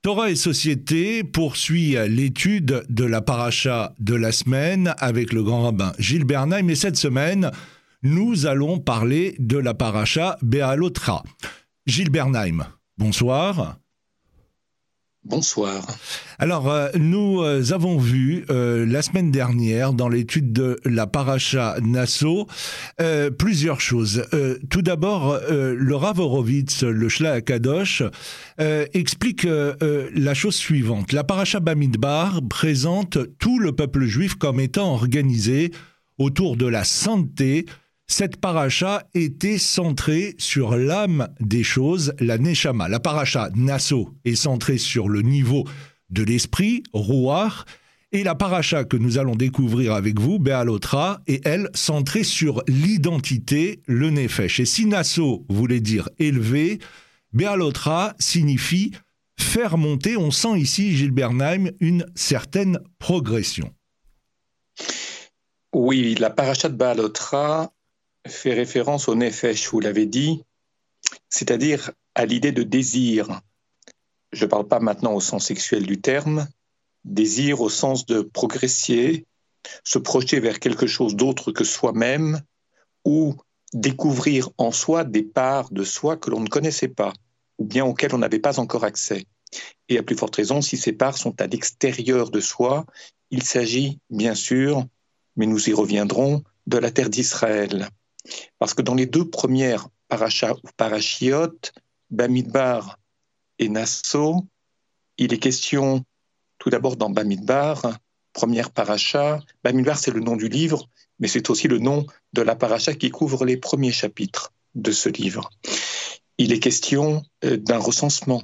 Torah et Société poursuit l'étude de la paracha de la semaine avec le grand rabbin Gilles Bernheim. Et cette semaine, nous allons parler de la paracha Béalotra. Gilles Bernheim, bonsoir. Bonsoir. Alors, nous avons vu la semaine dernière, dans l'étude de la paracha Nasso, plusieurs choses. Tout d'abord, le Rav Horowitz, le Shlah Kadosh, explique la chose suivante. La paracha Bamidbar présente tout le peuple juif comme étant organisé autour de la sainteté. Cette paracha était centrée sur l'âme des choses, la Neshama. La paracha Nasso est centrée sur le niveau de l'esprit, Ruach, et la paracha que nous allons découvrir avec vous, Béalotra, est elle centrée sur l'identité, le Nefesh. Et si Nasso voulait dire élevé, Béalotra signifie faire monter. On sent ici, Gilles Bernheim, une certaine progression. Oui, la paracha de Béalotra fait référence au Nefesh, vous l'avez dit, c'est-à-dire à l'idée de désir. Je ne parle pas maintenant au sens sexuel du terme, désir au sens de progresser, se projeter vers quelque chose d'autre que soi-même ou découvrir en soi des parts de soi que l'on ne connaissait pas ou bien auxquelles on n'avait pas encore accès. Et à plus forte raison, si ces parts sont à l'extérieur de soi, il s'agit bien sûr, mais nous y reviendrons, de la terre d'Israël. Parce que dans les deux premières parachas ou parachiotes, Bamidbar et Nasso, il est question tout d'abord dans Bamidbar, première paracha. Bamidbar, c'est le nom du livre, mais c'est aussi le nom de la paracha qui couvre les premiers chapitres de ce livre. Il est question d'un recensement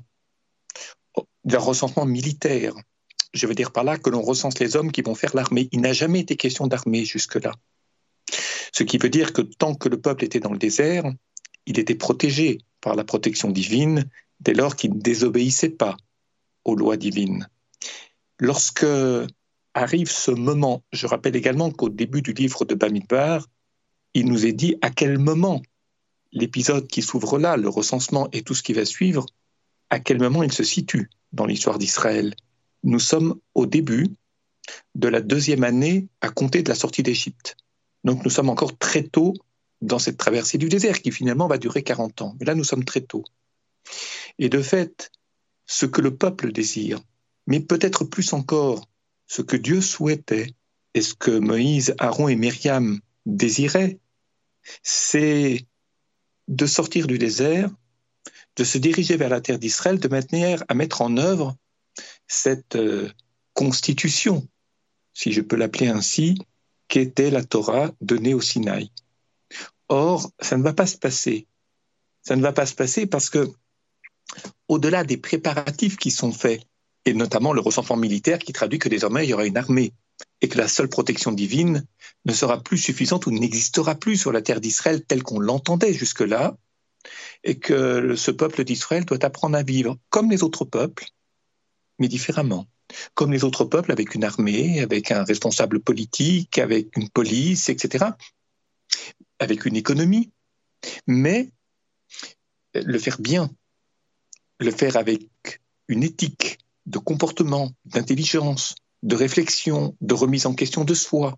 militaire. Je veux dire par là que l'on recense les hommes qui vont faire l'armée. Il n'a jamais été question d'armée jusque-là. Ce qui veut dire que tant que le peuple était dans le désert, il était protégé par la protection divine dès lors qu'il ne désobéissait pas aux lois divines. Lorsque arrive ce moment, je rappelle également qu'au début du livre de Bamidbar, il nous est dit à quel moment l'épisode qui s'ouvre là, le recensement et tout ce qui va suivre, à quel moment il se situe dans l'histoire d'Israël. Nous sommes au début de la deuxième année à compter de la sortie d'Égypte. Donc nous sommes encore très tôt dans cette traversée du désert qui finalement va durer 40 ans. Mais là, nous sommes très tôt. Et de fait, ce que le peuple désire, mais peut-être plus encore ce que Dieu souhaitait et ce que Moïse, Aaron et Myriam désiraient, c'est de sortir du désert, de se diriger vers la terre d'Israël, de manière à mettre en œuvre cette constitution, si je peux l'appeler ainsi, qu'était la Torah donnée au Sinaï. Or, ça ne va pas se passer. Ça ne va pas se passer parce que, au-delà des préparatifs qui sont faits, et notamment le recensement militaire qui traduit que désormais il y aura une armée et que la seule protection divine ne sera plus suffisante ou n'existera plus sur la terre d'Israël telle qu'on l'entendait jusque-là, et que ce peuple d'Israël doit apprendre à vivre comme les autres peuples, mais différemment. Comme les autres peuples, avec une armée, avec un responsable politique, avec une police, etc., avec une économie, mais le faire bien, le faire avec une éthique de comportement, d'intelligence, de réflexion, de remise en question de soi.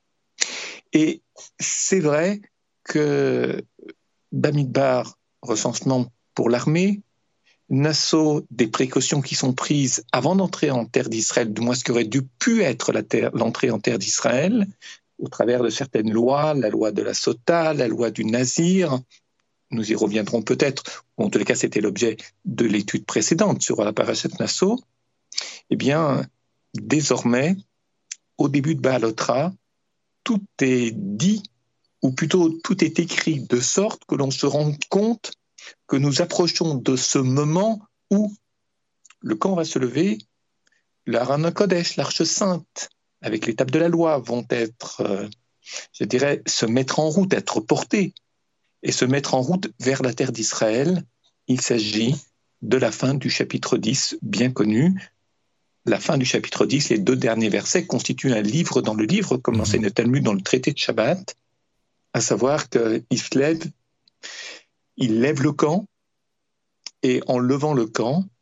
Et c'est vrai que Bamidbar, recensement pour l'armée, Nasso, des précautions qui sont prises avant d'entrer en terre d'Israël, du moins ce qui aurait dû pu être l'entrée en terre d'Israël, au travers de certaines lois, la loi de la Sota, la loi du Nazir. Nous y reviendrons peut-être, ou en tous les cas c'était l'objet de l'étude précédente sur la paracha de Nasso. Eh bien, désormais, au début de Béalotra, tout est dit, ou plutôt tout est écrit de sorte que l'on se rende compte que nous approchons de ce moment où le camp va se lever, l'Aran Kodesh, l'arche sainte, avec les tables de la loi, vont être, je dirais, se mettre en route, être portés, et se mettre en route vers la terre d'Israël. Il s'agit de la fin du chapitre 10, bien connu. La fin du chapitre 10, les deux derniers versets, constituent un livre dans le livre, comme l'enseigne le Talmud dans le traité de Shabbat, à savoir qu'il se lève, il lève le camp, et en levant le camp,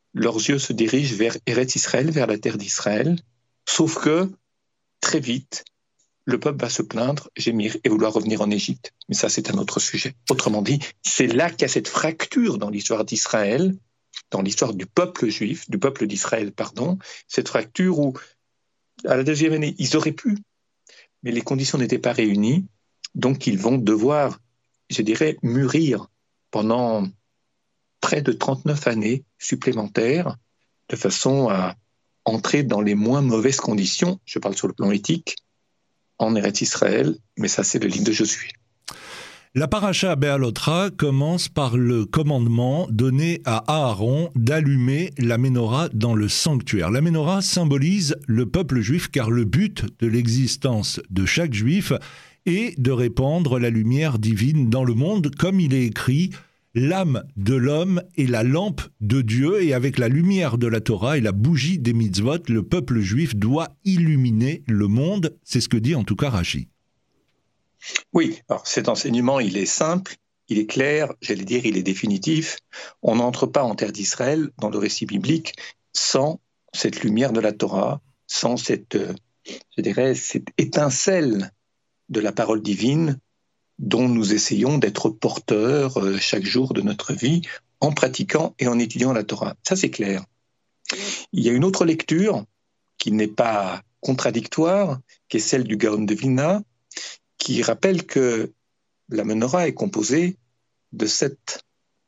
leurs yeux se dirigent vers Eretz Israël, vers la terre d'Israël, sauf que, très vite, le peuple va se plaindre, gémir et vouloir revenir en Égypte. Mais ça, c'est un autre sujet. Autrement dit, c'est là qu'il y a cette fracture dans l'histoire d'Israël, dans l'histoire du peuple juif, du peuple d'Israël, pardon, cette fracture où, à la deuxième année, ils auraient pu, mais les conditions n'étaient pas réunies, donc ils vont devoir, je dirais, mûrir pendant près de 39 années supplémentaires, de façon à entrer dans les moins mauvaises conditions, je parle sur le plan éthique, en Eretz Israël, mais ça c'est le livre de Josué. La paracha Béalotra commence par le commandement donné à Aaron d'allumer la menorah dans le sanctuaire. La menorah symbolise le peuple juif car le but de l'existence de chaque juif est de répandre la lumière divine dans le monde, comme il est écrit « L'âme de l'homme est la lampe de Dieu » et avec la lumière de la Torah et la bougie des mitzvot, le peuple juif doit illuminer le monde. C'est ce que dit en tout cas Rashi. Oui, alors cet enseignement, il est simple, il est clair, j'allais dire, il est définitif. On n'entre pas en terre d'Israël, dans le récit biblique, sans cette lumière de la Torah, sans cette, je dirais, cette étincelle de la parole divine dont nous essayons d'être porteurs chaque jour de notre vie en pratiquant et en étudiant la Torah. Ça, c'est clair. Il y a une autre lecture qui n'est pas contradictoire, qui est celle du Gaon de Vilna, qui rappelle que la menorah est composée de cette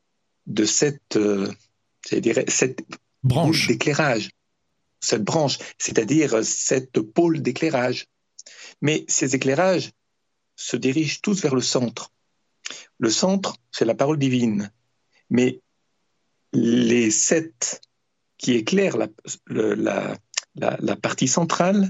branche d'éclairage, cette branche, c'est-à-dire cette pôle d'éclairage. Mais ces éclairages se dirigent tous vers le centre. Le centre, c'est la parole divine. Mais les 7 qui éclairent la partie centrale,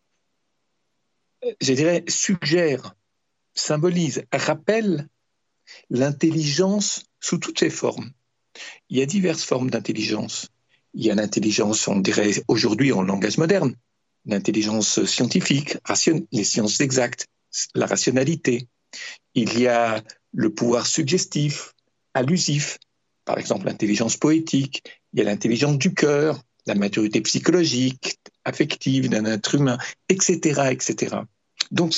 je dirais, suggèrent, symbolisent, rappellent l'intelligence sous toutes ses formes. Il y a diverses formes d'intelligence. Il y a l'intelligence, on dirait aujourd'hui en langage moderne, l'intelligence scientifique, les sciences exactes, la rationalité. Il y a le pouvoir suggestif, allusif, par exemple l'intelligence poétique. Il y a l'intelligence du cœur, la maturité psychologique, affective d'un être humain, etc., etc. Donc,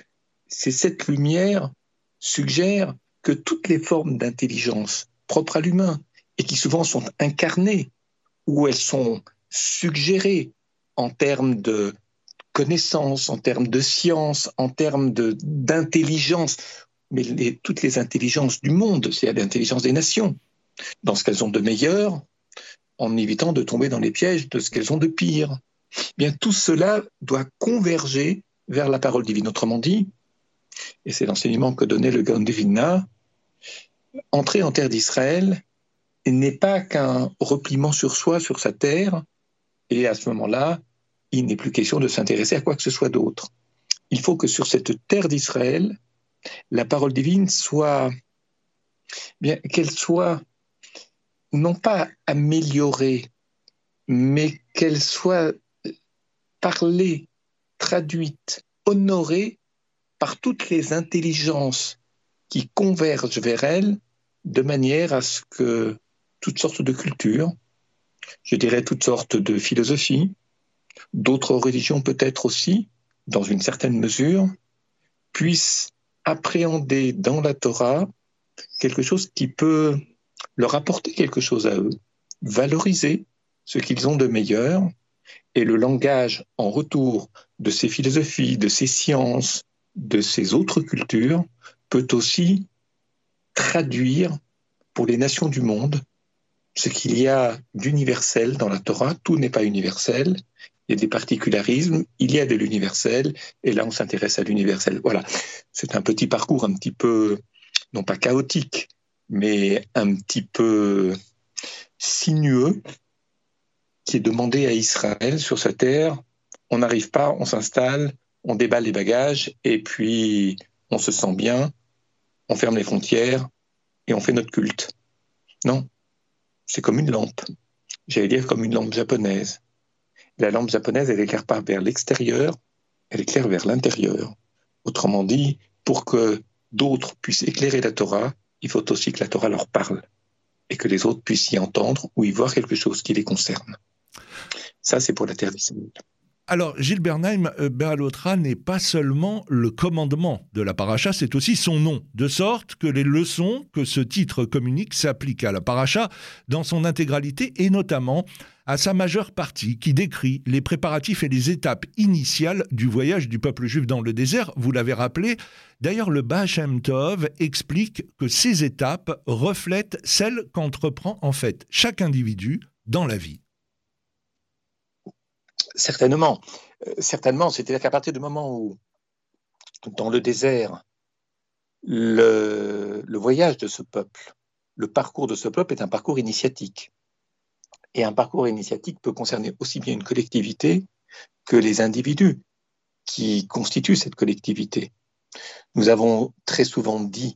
cette lumière suggère que toutes les formes d'intelligence propres à l'humain et qui souvent sont incarnées ou elles sont suggérées en termes de connaissance, en termes de science, en termes d'intelligence, mais toutes les intelligences du monde, c'est l'intelligence des nations, dans ce qu'elles ont de meilleur, en évitant de tomber dans les pièges de ce qu'elles ont de pire. Bien, tout cela doit converger vers la parole divine. Autrement dit, et c'est l'enseignement que donnait le Gaon de Vilna, entrer en terre d'Israël n'est pas qu'un repliement sur soi, sur sa terre, et à ce moment-là, il n'est plus question de s'intéresser à quoi que ce soit d'autre. Il faut que sur cette terre d'Israël, la parole divine soit, bien, qu'elle soit non pas améliorée, mais qu'elle soit parlée, traduite, honorée par toutes les intelligences qui convergent vers elle, de manière à ce que toutes sortes de cultures, je dirais toutes sortes de philosophies, d'autres religions peut-être aussi, dans une certaine mesure, puissent appréhender dans la Torah quelque chose qui peut leur apporter quelque chose à eux, valoriser ce qu'ils ont de meilleur, et le langage en retour de ces philosophies, de ces sciences, de ces autres cultures, peut aussi traduire pour les nations du monde ce qu'il y a d'universel dans la Torah. Tout n'est pas universel, il y a des particularismes, il y a de l'universel, et là on s'intéresse à l'universel. Voilà, c'est un petit parcours un petit peu, non pas chaotique, mais un petit peu sinueux, qui est demandé à Israël sur sa terre. On n'arrive pas, on s'installe, on déballe les bagages, et puis on se sent bien, on ferme les frontières, et on fait notre culte. Non, c'est comme une lampe. J'allais dire comme une lampe japonaise. La lampe japonaise, elle éclaire pas vers l'extérieur, elle éclaire vers l'intérieur. Autrement dit, pour que d'autres puissent éclairer la Torah, il faut aussi que la Torah leur parle. et que les autres puissent y entendre ou y voir quelque chose qui les concerne. Ça, c'est pour la terre d'Israël. Alors, Gilles Bernheim, Béalotra n'est pas seulement le commandement de la paracha, c'est aussi son nom, de sorte que les leçons que ce titre communique s'appliquent à la paracha dans son intégralité et notamment à sa majeure partie qui décrit les préparatifs et les étapes initiales du voyage du peuple juif dans le désert. Vous l'avez rappelé, d'ailleurs le Baal Shem Tov explique que ces étapes reflètent celles qu'entreprend en fait chaque individu dans la vie. Certainement, c'est-à-dire qu'à partir du moment où, dans le désert, le voyage de ce peuple, le parcours de ce peuple est un parcours initiatique. Et un parcours initiatique peut concerner aussi bien une collectivité que les individus qui constituent cette collectivité. Nous avons très souvent dit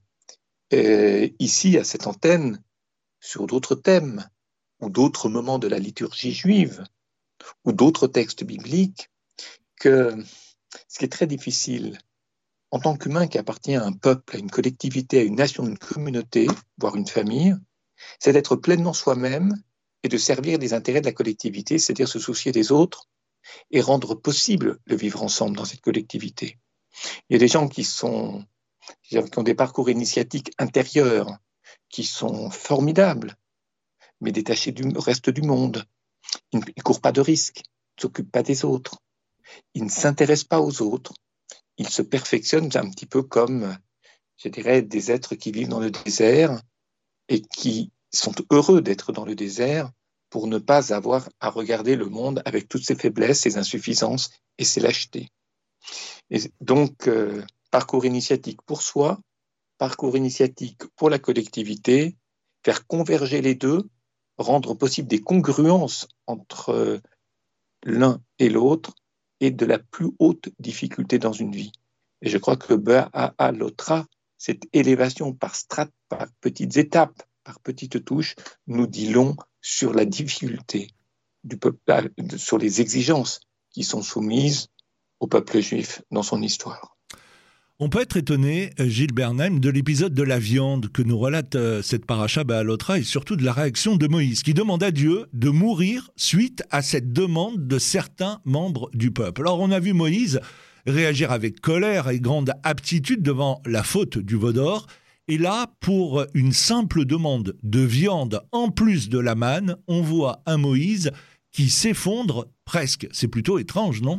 ici, à cette antenne, sur d'autres thèmes ou d'autres moments de la liturgie juive, ou d'autres textes bibliques, que ce qui est très difficile en tant qu'humain qui appartient à un peuple, à une collectivité, à une nation, une communauté, voire une famille, c'est d'être pleinement soi-même et de servir les intérêts de la collectivité, c'est-à-dire se soucier des autres et rendre possible le vivre ensemble dans cette collectivité. Il y a des gens qui ont des parcours initiatiques intérieurs qui sont formidables, mais détachés du reste du monde. Ils ne courent pas de risques, ils ne s'occupent pas des autres, ils ne s'intéressent pas aux autres, ils se perfectionnent un petit peu comme, je dirais, des êtres qui vivent dans le désert et qui sont heureux d'être dans le désert pour ne pas avoir à regarder le monde avec toutes ses faiblesses, ses insuffisances et ses lâchetés. Et donc, parcours initiatique pour soi, parcours initiatique pour la collectivité, faire converger les deux, rendre possible des congruences entre l'un et l'autre et de la plus haute difficulté dans une vie. Et je crois que Béalotra, cette élévation par strates, par petites étapes, par petites touches, nous dit long sur la difficulté du peuple, sur les exigences qui sont soumises au peuple juif dans son histoire. On peut être étonné, Gilles Bernheim, de l'épisode de la viande que nous relate cette paracha Béalotra et surtout de la réaction de Moïse qui demande à Dieu de mourir suite à cette demande de certains membres du peuple. Alors on a vu Moïse réagir avec colère et grande aptitude devant la faute du veau d'or. Et là, pour une simple demande de viande en plus de la manne, on voit un Moïse qui s'effondre presque. C'est plutôt étrange, non ?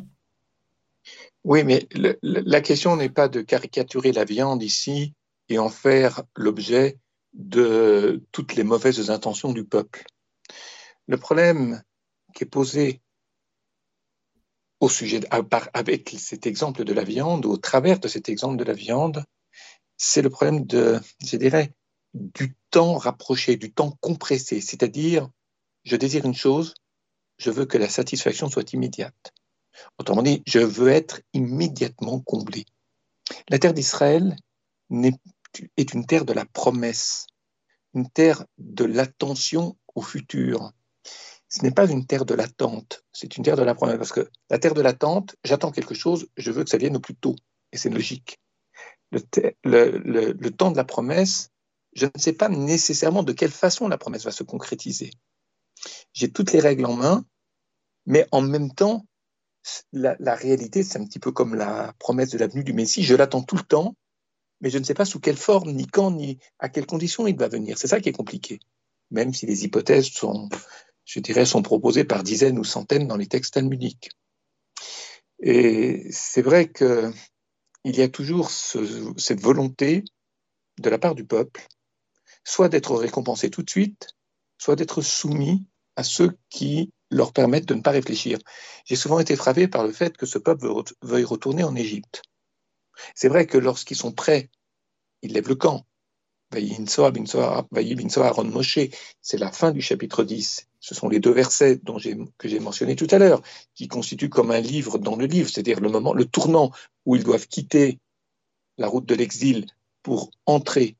Oui, mais la question n'est pas de caricaturer la viande ici et en faire l'objet de toutes les mauvaises intentions du peuple. Le problème qui est posé au sujet, avec cet exemple de la viande, au travers de cet exemple de la viande, c'est le problème je dirais, du temps rapproché, du temps compressé. C'est-à-dire, je désire une chose, je veux que la satisfaction soit immédiate. Autrement dit, je veux être immédiatement comblé. La terre d'Israël est une terre de la promesse, une terre de l'attention au futur. Ce n'est pas une terre de l'attente, c'est une terre de la promesse. Parce que la terre de l'attente, j'attends quelque chose, je veux que ça vienne au plus tôt. Et c'est logique. Le temps de la promesse, je ne sais pas nécessairement de quelle façon la promesse va se concrétiser. J'ai toutes les règles en main, mais en même temps, la réalité, c'est un petit peu comme la promesse de la venue du Messie. Je l'attends tout le temps, mais je ne sais pas sous quelle forme, ni quand, ni à quelles conditions il va venir. C'est ça qui est compliqué, même si les hypothèses sont proposées par dizaines ou centaines dans les textes talmudiques. Et c'est vrai qu'il y a toujours cette volonté de la part du peuple, soit d'être récompensé tout de suite, soit d'être soumis à ceux qui leur permettent de ne pas réfléchir. J'ai souvent été frappé par le fait que ce peuple veuille retourner en Égypte. C'est vrai que lorsqu'ils sont prêts, ils lèvent le camp. C'est la fin du chapitre 10. Ce sont les deux versets que j'ai mentionnés tout à l'heure, qui constituent comme un livre dans le livre, c'est-à-dire le tournant où ils doivent quitter la route de l'exil pour entrer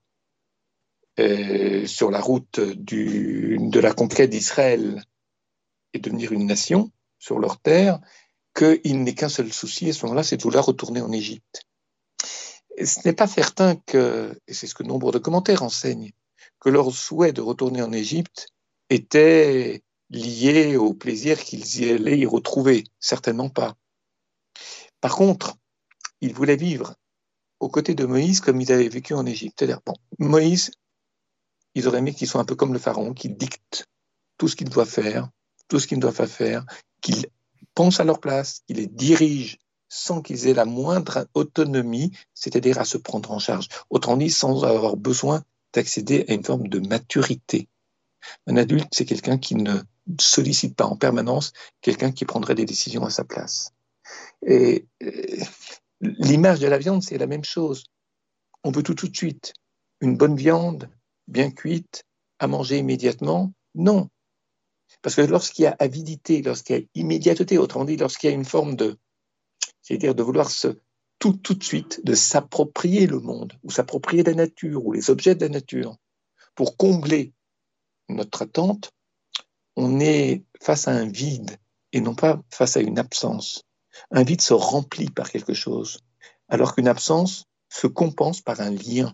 sur la route de la conquête d'Israël et devenir une nation sur leur terre, qu'il n'est qu'un seul souci à ce moment-là, c'est de vouloir retourner en Égypte. Et ce n'est pas certain et c'est ce que nombre de commentaires enseignent, que leur souhait de retourner en Égypte était lié au plaisir qu'ils y allaient y retrouver. Certainement pas. Par contre, ils voulaient vivre aux côtés de Moïse comme ils avaient vécu en Égypte. C'est-à-dire, bon, Moïse, ils auraient aimé qu'il soit un peu comme le pharaon, qu'il dicte tout ce qu'il doit faire, tout ce qu'il ne doit pas faire, qu'il pense à leur place, qu'il les dirige sans qu'ils aient la moindre autonomie, c'est-à-dire à se prendre en charge. Autrement dit, sans avoir besoin d'accéder à une forme de maturité. Un adulte, c'est quelqu'un qui ne sollicite pas en permanence quelqu'un qui prendrait des décisions à sa place. Et l'image de la viande, c'est la même chose. On veut tout de suite. Une bonne viande, bien cuite, à manger immédiatement, non. Parce que lorsqu'il y a avidité, lorsqu'il y a immédiateté, autrement dit, lorsqu'il y a une forme c'est-à-dire de vouloir tout de suite, de s'approprier le monde, ou s'approprier la nature, ou les objets de la nature, pour combler notre attente, on est face à un vide, et non pas face à une absence. Un vide se remplit par quelque chose, alors qu'une absence se compense par un lien.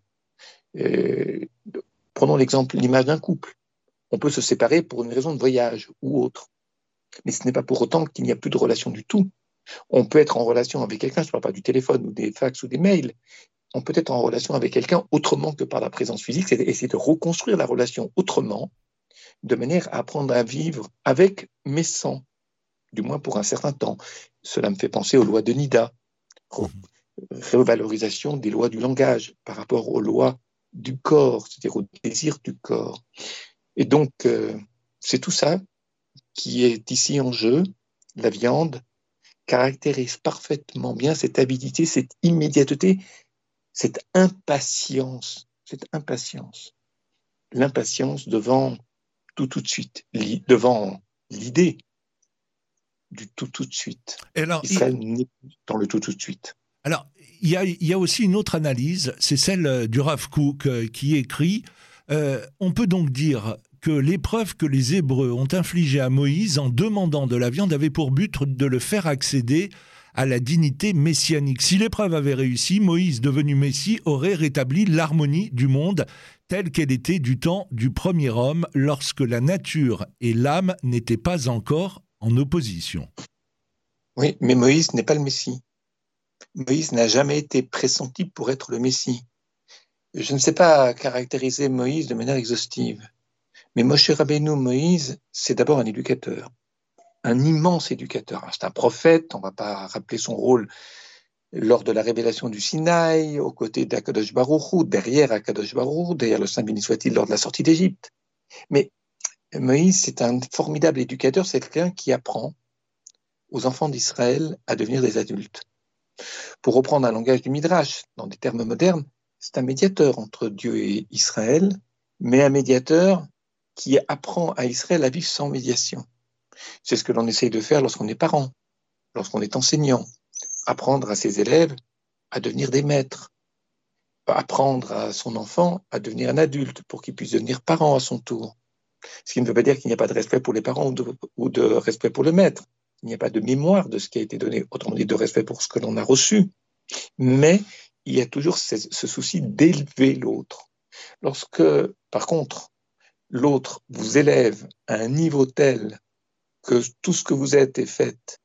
Prenons l'image d'un couple. On peut se séparer pour une raison de voyage ou autre. Mais ce n'est pas pour autant qu'il n'y a plus de relation du tout. On peut être en relation avec quelqu'un, je ne parle pas du téléphone ou des fax ou des mails, on peut être en relation avec quelqu'un autrement que par la présence physique, c'est essayer de reconstruire la relation autrement, de manière à apprendre à vivre avec mais sans, du moins pour un certain temps. Cela me fait penser aux lois de Nida, revalorisation des lois du langage par rapport aux lois du corps, c'est-à-dire au désir du corps. Et donc, c'est tout ça qui est ici en jeu. La viande caractérise parfaitement bien cette avidité, cette immédiateté, cette impatience, l'impatience devant tout de suite, devant l'idée du tout de suite. Alors, Israël n'est plus dans le tout de suite. Alors, il y a aussi une autre analyse, c'est celle du Rav Kook qui écrit on peut donc dire que l'épreuve que les Hébreux ont infligée à Moïse en demandant de la viande avait pour but de le faire accéder à la dignité messianique. Si l'épreuve avait réussi, Moïse, devenu Messie, aurait rétabli l'harmonie du monde telle qu'elle était du temps du premier homme, lorsque la nature et l'âme n'étaient pas encore en opposition. Oui, mais Moïse n'est pas le Messie. Moïse n'a jamais été pressenti pour être le Messie. Je ne sais pas caractériser Moïse de manière exhaustive, mais Moshe Rabbeinu, Moïse, c'est d'abord un éducateur, un immense éducateur. Alors, c'est un prophète, on ne va pas rappeler son rôle lors de la révélation du Sinaï, aux côtés d'Akadosh Baruch Hu, derrière Akadosh Baruch Hu, derrière le Saint béni soit-il lors de la sortie d'Égypte. Mais Moïse, c'est un formidable éducateur, c'est quelqu'un qui apprend aux enfants d'Israël à devenir des adultes. Pour reprendre un langage du Midrash, dans des termes modernes, c'est un médiateur entre Dieu et Israël, mais un médiateur qui apprend à Israël à vivre sans médiation. C'est ce que l'on essaye de faire lorsqu'on est parent, lorsqu'on est enseignant. Apprendre à ses élèves à devenir des maîtres. Apprendre à son enfant à devenir un adulte pour qu'il puisse devenir parent à son tour. Ce qui ne veut pas dire qu'il n'y a pas de respect pour les parents ou de respect pour le maître. Il n'y a pas de mémoire de ce qui a été donné, autrement dit de respect pour ce que l'on a reçu. Mais il y a toujours ce souci d'élever l'autre. Lorsque, par contre, l'autre vous élève à un niveau tel que tout ce que vous êtes est fait,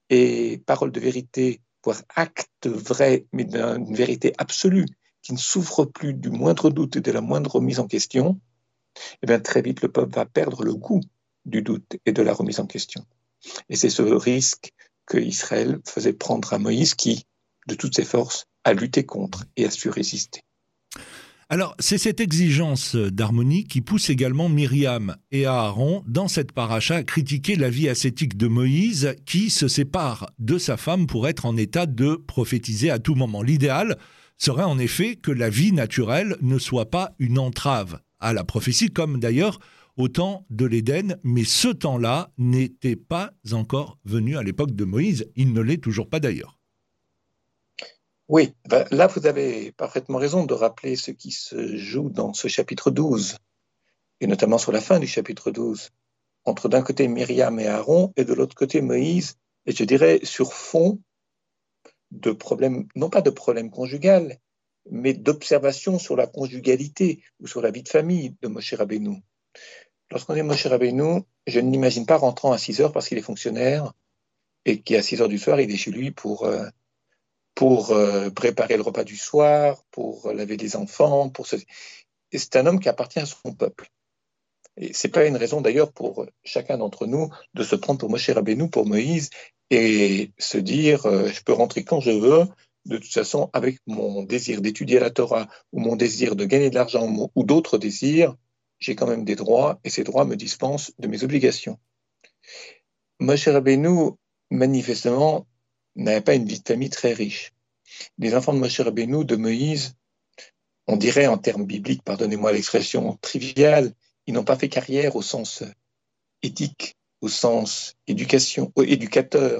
et parole de vérité, voire acte vrai, mais d'une vérité absolue, qui ne souffre plus du moindre doute et de la moindre remise en question, eh bien, très vite, le peuple va perdre le goût du doute et de la remise en question. Et c'est ce risque que Israël faisait prendre à Moïse qui, de toutes ses forces, a lutté contre et a su résister. Alors, c'est cette exigence d'harmonie qui pousse également Myriam et Aaron, dans cette paracha, à critiquer la vie ascétique de Moïse, qui se sépare de sa femme pour être en état de prophétiser à tout moment. L'idéal serait en effet que la vie naturelle ne soit pas une entrave à la prophétie, comme d'ailleurs au temps de l'Éden, mais ce temps-là n'était pas encore venu à l'époque de Moïse. Il ne l'est toujours pas d'ailleurs. Oui, là vous avez parfaitement raison de rappeler ce qui se joue dans ce chapitre 12, et notamment sur la fin du chapitre 12, entre d'un côté Myriam et Aaron, et de l'autre côté Moïse, et je dirais sur fond de problèmes, non pas de problème conjugal, mais d'observation sur la conjugalité ou sur la vie de famille de Moshe Rabbeinu. Lorsqu'on est Moshe Rabbeinu, je ne l'imagine pas rentrant à 6 heures parce qu'il est fonctionnaire et qu'à 6 heures du soir, il est chez lui pour préparer le repas du soir, pour laver les enfants. Et c'est un homme qui appartient à son peuple. Et ce n'est pas une raison d'ailleurs pour chacun d'entre nous de se prendre pour Moshe Rabbeinu, pour Moïse, et se dire je peux rentrer quand je veux, de toute façon, avec mon désir d'étudier la Torah ou mon désir de gagner de l'argent ou d'autres désirs, j'ai quand même des droits et ces droits me dispensent de mes obligations. Moshe Rabbeinu, manifestement, n'avait pas une vie de famille très riche. Les enfants de Moshe Rabbeinu, de Moïse, on dirait en termes bibliques, pardonnez-moi l'expression triviale, ils n'ont pas fait carrière au sens éthique, au sens éducateur.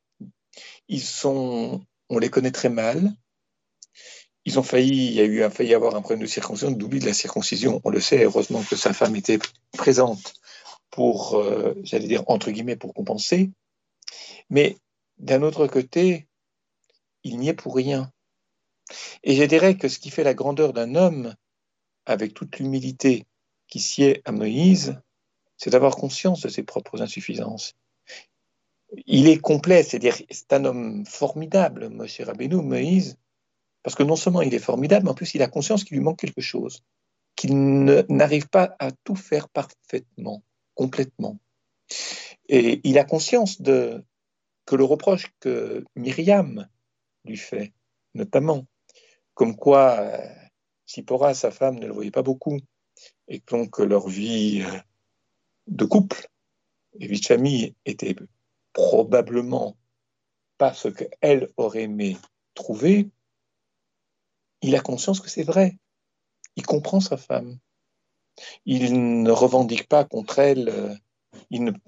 On les connaît très mal. Il y a failli avoir un problème de circoncision, d'oubli de la circoncision. On le sait, heureusement que sa femme était présente pour, j'allais dire, entre guillemets, pour compenser. Mais d'un autre côté, il n'y est pour rien. Et je dirais que ce qui fait la grandeur d'un homme, avec toute l'humilité qui sied à Moïse, c'est d'avoir conscience de ses propres insuffisances. Il est complet, c'est-à-dire c'est un homme formidable, Moshe Rabbeinu, Moïse, parce que non seulement il est formidable, mais en plus il a conscience qu'il lui manque quelque chose, qu'il n'arrive pas à tout faire parfaitement, complètement. Et il a conscience que le reproche que Myriam lui fait, notamment, comme quoi Sipora, sa femme, ne le voyait pas beaucoup, et donc leur vie de couple et vie de famille était probablement pas ce qu'elle aurait aimé trouver. Il a conscience que c'est vrai. Il comprend sa femme. Il ne revendique pas contre elle, il ne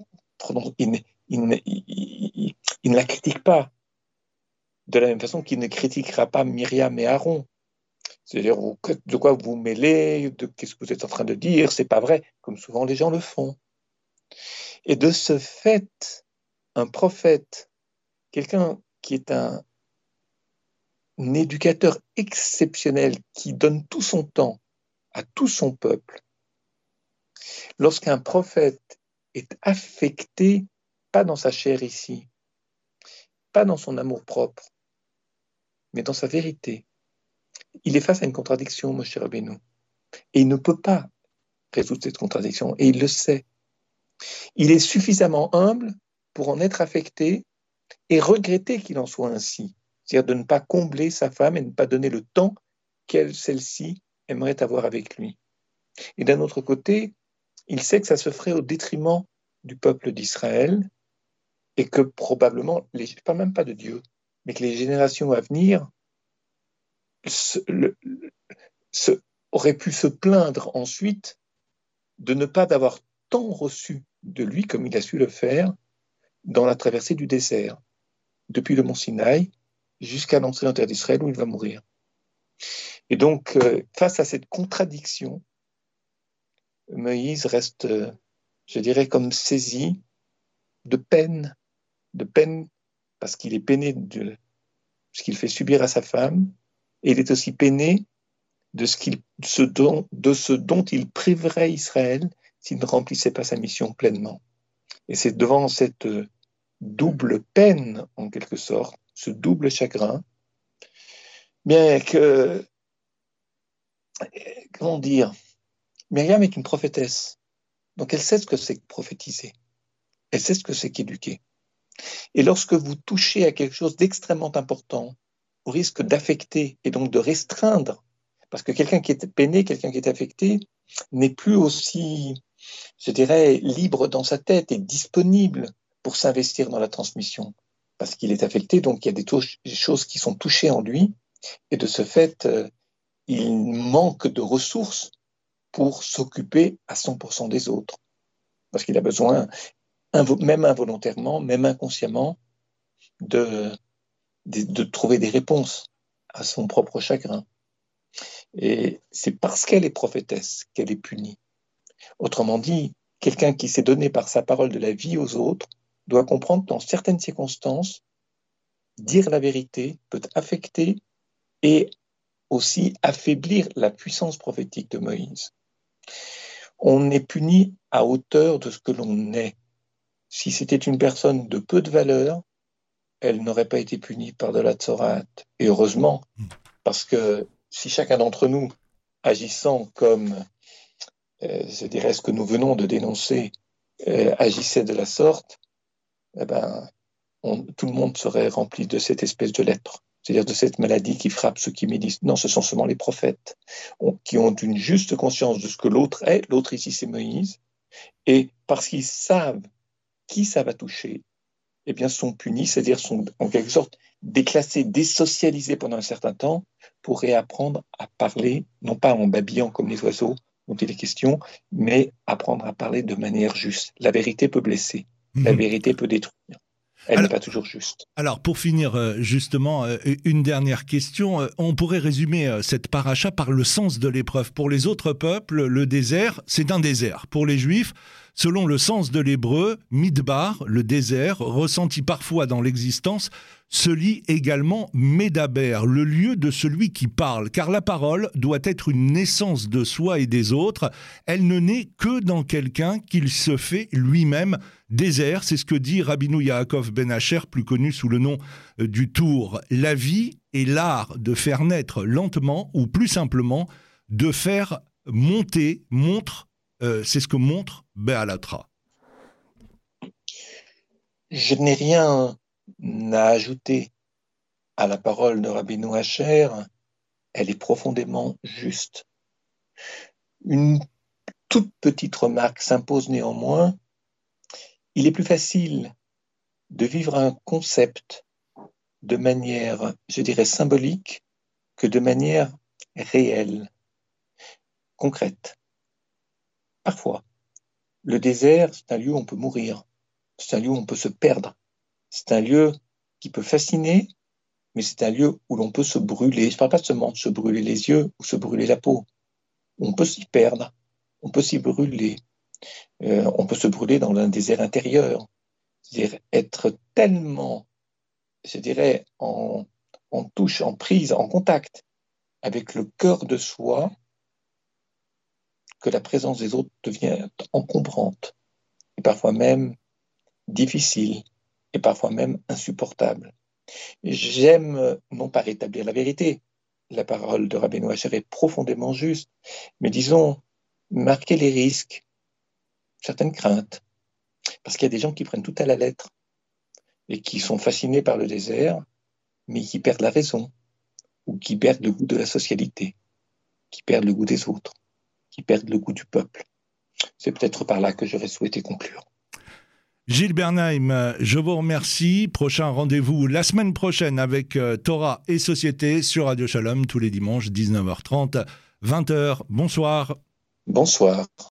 la critique pas de la même façon qu'il ne critiquera pas Myriam et Aaron. C'est-à-dire, de quoi vous mêlez, qu'est-ce que vous êtes en train de dire, c'est pas vrai, comme souvent les gens le font. Et de ce fait, un prophète, quelqu'un qui est un éducateur exceptionnel, qui donne tout son temps à tout son peuple, lorsqu'un prophète est affecté, pas dans sa chair ici, pas dans son amour-propre, mais dans sa vérité, il est face à une contradiction, Moshe Rabbeinu. Et il ne peut pas résoudre cette contradiction, et il le sait. Il est suffisamment humble pour en être affecté et regretter qu'il en soit ainsi. C'est-à-dire de ne pas combler sa femme et ne pas donner le temps celle-ci aimerait avoir avec lui. Et d'un autre côté, il sait que ça se ferait au détriment du peuple d'Israël et que probablement, je ne parle même pas de Dieu, mais que les générations à venir auraient pu se plaindre ensuite de ne pas avoir tant reçu de lui comme il a su le faire dans la traversée du désert, depuis le mont Sinaï jusqu'à l'entrée en terre d'Israël où il va mourir. Et donc, face à cette contradiction, Moïse reste, je dirais, comme saisi de peine parce qu'il est peiné de ce qu'il fait subir à sa femme, et il est aussi peiné de ce dont il priverait Israël s'il ne remplissait pas sa mission pleinement. Et c'est devant cette double peine, en quelque sorte, ce double chagrin, bien que, comment dire, Myriam est une prophétesse, donc elle sait ce que c'est que prophétiser, elle sait ce que c'est qu'éduquer. Et lorsque vous touchez à quelque chose d'extrêmement important, au risque d'affecter et donc de restreindre, parce que quelqu'un qui est peiné, quelqu'un qui est affecté, n'est plus aussi, je dirais, libre dans sa tête et disponible pour s'investir dans la transmission, parce qu'il est affecté, donc il y a des choses qui sont touchées en lui, et de ce fait, il manque de ressources pour s'occuper à 100% des autres, parce qu'il a besoin, même involontairement, même inconsciemment, de trouver des réponses à son propre chagrin. Et c'est parce qu'elle est prophétesse qu'elle est punie. Autrement dit, quelqu'un qui s'est donné par sa parole de la vie aux autres doit comprendre que dans certaines circonstances, dire la vérité peut affecter et aussi affaiblir la puissance prophétique de Moïse. On est puni à hauteur de ce que l'on est. Si c'était une personne de peu de valeur, elle n'aurait pas été punie par de la tsorate. Et heureusement, parce que si chacun d'entre nous, agissant comme, je dirais, ce que nous venons de dénoncer, agissait de la sorte, eh ben, tout le monde serait rempli de cette espèce de lèpre, c'est-à-dire de cette maladie qui frappe ceux qui médisent. Non, ce sont seulement les prophètes qui ont une juste conscience de ce que l'autre est. L'autre ici, c'est Moïse. Et parce qu'ils savent qui ça va toucher, eh bien, sont punis, c'est-à-dire sont en quelque sorte déclassés, désocialisés pendant un certain temps pour réapprendre à parler, non pas en babillant comme les oiseaux dont il est question, mais apprendre à parler de manière juste. La vérité peut blesser, la vérité peut détruire. Elle n'est pas toujours juste. Alors, pour finir, justement, une dernière question. On pourrait résumer cette paracha par le sens de l'épreuve. Pour les autres peuples, le désert, c'est un désert. Pour les Juifs, selon le sens de l'hébreu, Midbar, le désert, ressenti parfois dans l'existence, se lit également Médaber, le lieu de celui qui parle, car la parole doit être une naissance de soi et des autres. Elle ne naît que dans quelqu'un qu'il se fait lui-même désert. C'est ce que dit Rabbeinu Yaakov Ben Asher, plus connu sous le nom du Tour. La vie est l'art de faire naître lentement, ou plus simplement, de faire monter, c'est ce que montre Béalatra. Je n'ai rien à ajouter à la parole de Rabbeinu Asher. Elle est profondément juste. Une toute petite remarque s'impose néanmoins. Il est plus facile de vivre un concept de manière, je dirais, symbolique que de manière réelle, concrète. Parfois, le désert, c'est un lieu où on peut mourir, c'est un lieu où on peut se perdre, c'est un lieu qui peut fasciner, mais c'est un lieu où l'on peut se brûler. Je ne parle pas seulement de se brûler les yeux ou se brûler la peau. On peut s'y perdre, on peut s'y brûler. On peut se brûler dans un désert intérieur, c'est-à-dire être tellement, je dirais, en touche, en prise, en contact avec le cœur de soi, que la présence des autres devient encombrante, et parfois même difficile, et parfois même insupportable. J'aime non pas rétablir la vérité, la parole de Rabbeinu Asher est profondément juste, mais disons, marquer les risques, certaines craintes, parce qu'il y a des gens qui prennent tout à la lettre et qui sont fascinés par le désert, mais qui perdent la raison, ou qui perdent le goût de la socialité, qui perdent le goût des autres, qui perdent le goût du peuple. C'est peut-être par là que j'aurais souhaité conclure. Gilles Bernheim, je vous remercie. Prochain rendez-vous la semaine prochaine avec Torah et Société sur Radio Shalom tous les dimanches 19h30, 20h. Bonsoir. Bonsoir.